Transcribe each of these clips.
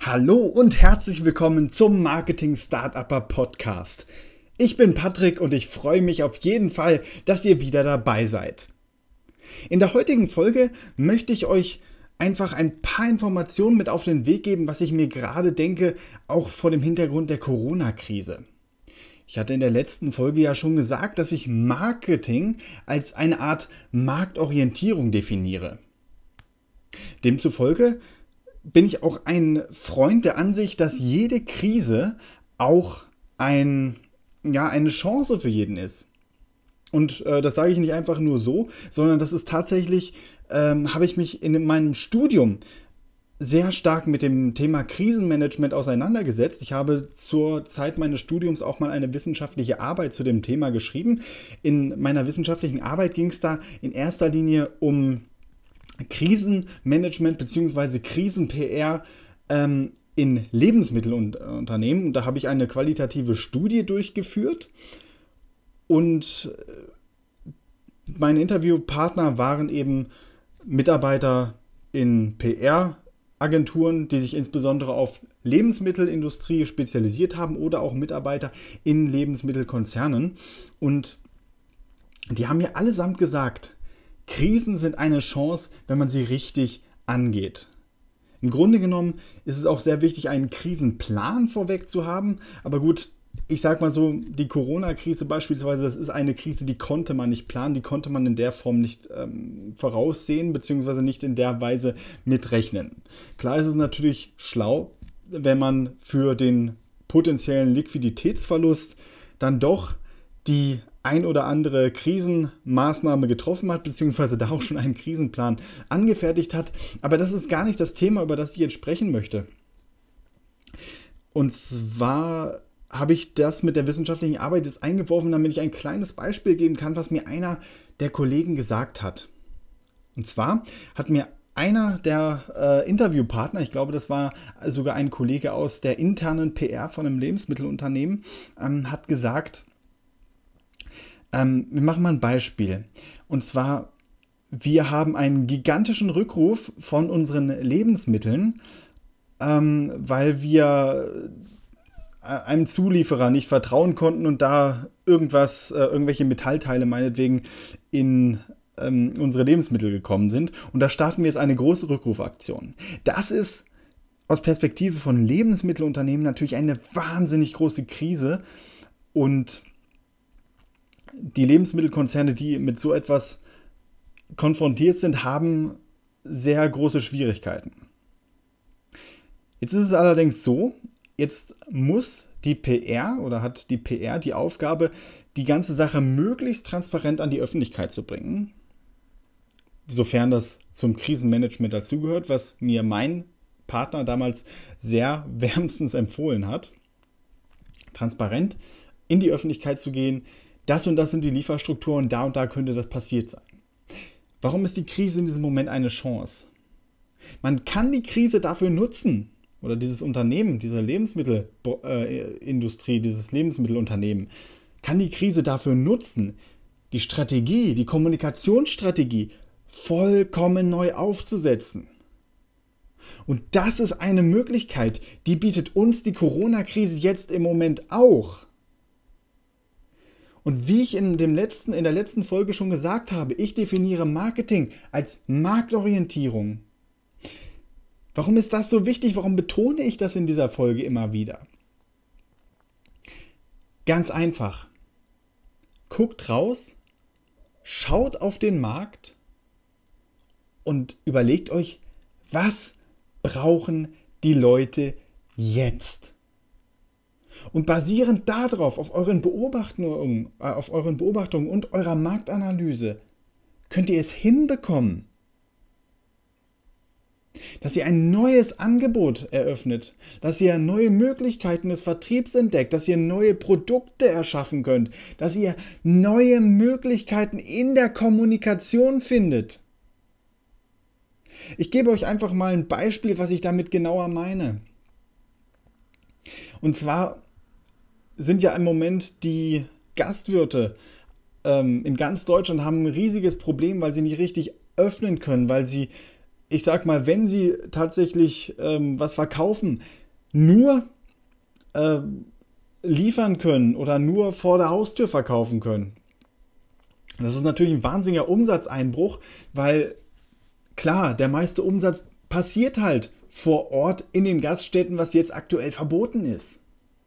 Hallo und herzlich willkommen zum Marketing Startupper Podcast. Ich bin Patrick und ich freue mich auf jeden Fall, dass ihr wieder dabei seid. In der heutigen Folge möchte ich euch einfach ein paar Informationen mit auf den Weg geben, was ich mir gerade denke, auch vor dem Hintergrund der Corona-Krise. Ich hatte in der letzten Folge ja schon gesagt, dass ich Marketing als eine Art Marktorientierung definiere. Demzufolge bin ich auch ein Freund der Ansicht, dass jede Krise auch eine Chance für jeden ist. Und das sage ich nicht einfach nur so, sondern das ist tatsächlich, habe ich mich in meinem Studium sehr stark mit dem Thema Krisenmanagement auseinandergesetzt. Ich habe zur Zeit meines Studiums auch mal eine wissenschaftliche Arbeit zu dem Thema geschrieben. In meiner wissenschaftlichen Arbeit ging es da in erster Linie um Krisenmanagement bzw. Krisen-PR in Lebensmittelunternehmen. Und da habe ich eine qualitative Studie durchgeführt und meine Interviewpartner waren eben Mitarbeiter in PR-Agenturen, die sich insbesondere auf Lebensmittelindustrie spezialisiert haben oder auch Mitarbeiter in Lebensmittelkonzernen. Und die haben mir allesamt gesagt, Krisen sind eine Chance, wenn man sie richtig angeht. Im Grunde genommen ist es auch sehr wichtig, einen Krisenplan vorweg zu haben. Aber gut, ich sag mal so, die Corona-Krise beispielsweise, das ist eine Krise, die konnte man nicht planen, die konnte man in der Form nicht voraussehen, beziehungsweise nicht in der Weise mitrechnen. Klar ist es natürlich schlau, wenn man für den potenziellen Liquiditätsverlust dann doch die ein oder andere Krisenmaßnahme getroffen hat, beziehungsweise da auch schon einen Krisenplan angefertigt hat. Aber das ist gar nicht das Thema, über das ich jetzt sprechen möchte. Und zwar habe ich das mit der wissenschaftlichen Arbeit jetzt eingeworfen, damit ich ein kleines Beispiel geben kann, was mir einer der Kollegen gesagt hat. Und zwar hat mir einer der Interviewpartner, ich glaube, das war sogar ein Kollege aus der internen PR von einem Lebensmittelunternehmen, hat gesagt, wir machen mal ein Beispiel. Und zwar, wir haben einen gigantischen Rückruf von unseren Lebensmitteln, weil wir einem Zulieferer nicht vertrauen konnten und da irgendwelche Metallteile meinetwegen in unsere Lebensmittel gekommen sind. Und da starten wir jetzt eine große Rückrufaktion. Das ist aus Perspektive von Lebensmittelunternehmen natürlich eine wahnsinnig große Krise und die Lebensmittelkonzerne, die mit so etwas konfrontiert sind, haben sehr große Schwierigkeiten. Jetzt ist es allerdings so, jetzt muss die PR oder hat die PR die Aufgabe, die ganze Sache möglichst transparent an die Öffentlichkeit zu bringen, sofern das zum Krisenmanagement dazugehört, was mir mein Partner damals sehr wärmstens empfohlen hat, transparent in die Öffentlichkeit zu gehen. Das und das sind die Lieferstrukturen, da und da könnte das passiert sein. Warum ist die Krise in diesem Moment eine Chance? Man kann die Krise dafür nutzen, oder dieses Unternehmen, diese Lebensmittelindustrie, dieses Lebensmittelunternehmen, kann die Krise dafür nutzen, die Strategie, die Kommunikationsstrategie vollkommen neu aufzusetzen. Und das ist eine Möglichkeit, die bietet uns die Corona-Krise jetzt im Moment auch. Und wie ich in der letzten Folge schon gesagt habe, ich definiere Marketing als Marktorientierung. Warum ist das so wichtig? Warum betone ich das in dieser Folge immer wieder? Ganz einfach. Guckt raus, schaut auf den Markt und überlegt euch, was brauchen die Leute jetzt? Und basierend darauf, auf euren Beobachtungen und eurer Marktanalyse, könnt ihr es hinbekommen, dass ihr ein neues Angebot eröffnet, dass ihr neue Möglichkeiten des Vertriebs entdeckt, dass ihr neue Produkte erschaffen könnt, dass ihr neue Möglichkeiten in der Kommunikation findet. Ich gebe euch einfach mal ein Beispiel, was ich damit genauer meine. Und zwar sind ja im Moment die Gastwirte in ganz Deutschland haben ein riesiges Problem, weil sie nicht richtig öffnen können, weil sie ich sag mal, wenn sie tatsächlich was verkaufen, nur liefern können oder nur vor der Haustür verkaufen können. Das ist natürlich ein wahnsinniger Umsatzeinbruch, weil klar, der meiste Umsatz passiert halt vor Ort in den Gaststätten, was jetzt aktuell verboten ist.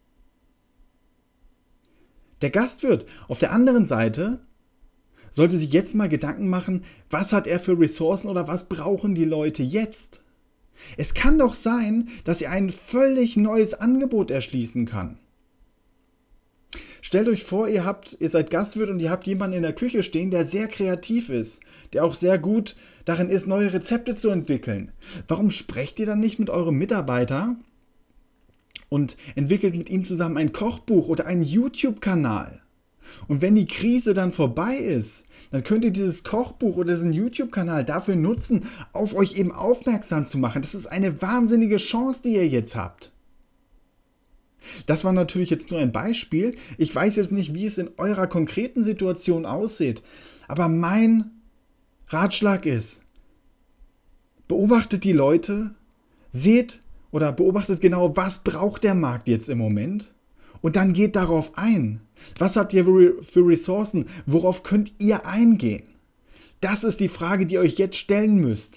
Der Gastwirt auf der anderen Seite sollte sich jetzt mal Gedanken machen, was hat er für Ressourcen oder was brauchen die Leute jetzt? Es kann doch sein, dass er ein völlig neues Angebot erschließen kann. Stellt euch vor, ihr seid Gastwirt und ihr habt jemanden in der Küche stehen, der sehr kreativ ist, der auch sehr gut darin ist, neue Rezepte zu entwickeln. Warum sprecht ihr dann nicht mit eurem Mitarbeiter und entwickelt mit ihm zusammen ein Kochbuch oder einen YouTube-Kanal? Und wenn die Krise dann vorbei ist, dann könnt ihr dieses Kochbuch oder diesen YouTube-Kanal dafür nutzen, auf euch eben aufmerksam zu machen. Das ist eine wahnsinnige Chance, die ihr jetzt habt. Das war natürlich jetzt nur ein Beispiel. Ich weiß jetzt nicht, wie es in eurer konkreten Situation aussieht. Aber mein Ratschlag ist, beobachtet die Leute, seht oder beobachtet genau, was braucht der Markt jetzt im Moment und dann geht darauf ein. Was habt ihr für Ressourcen? Worauf könnt ihr eingehen? Das ist die Frage, die ihr euch jetzt stellen müsst.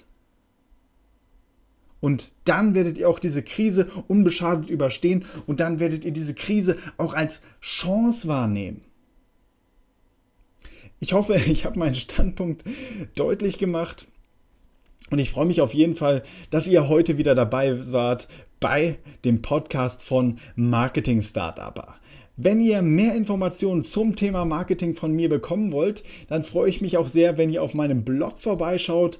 Und dann werdet ihr auch diese Krise unbeschadet überstehen und dann werdet ihr diese Krise auch als Chance wahrnehmen. Ich hoffe, ich habe meinen Standpunkt deutlich gemacht und ich freue mich auf jeden Fall, dass ihr heute wieder dabei seid bei dem Podcast von Marketing Startupper. Wenn ihr mehr Informationen zum Thema Marketing von mir bekommen wollt, dann freue ich mich auch sehr, wenn ihr auf meinem Blog vorbeischaut,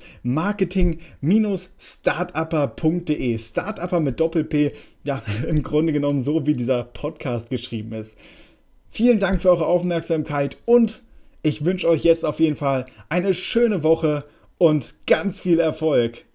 marketing-startupper.de. Startupper mit Doppel-P, ja, im Grunde genommen so, wie dieser Podcast geschrieben ist. Vielen Dank für eure Aufmerksamkeit und ich wünsche euch jetzt auf jeden Fall eine schöne Woche und ganz viel Erfolg.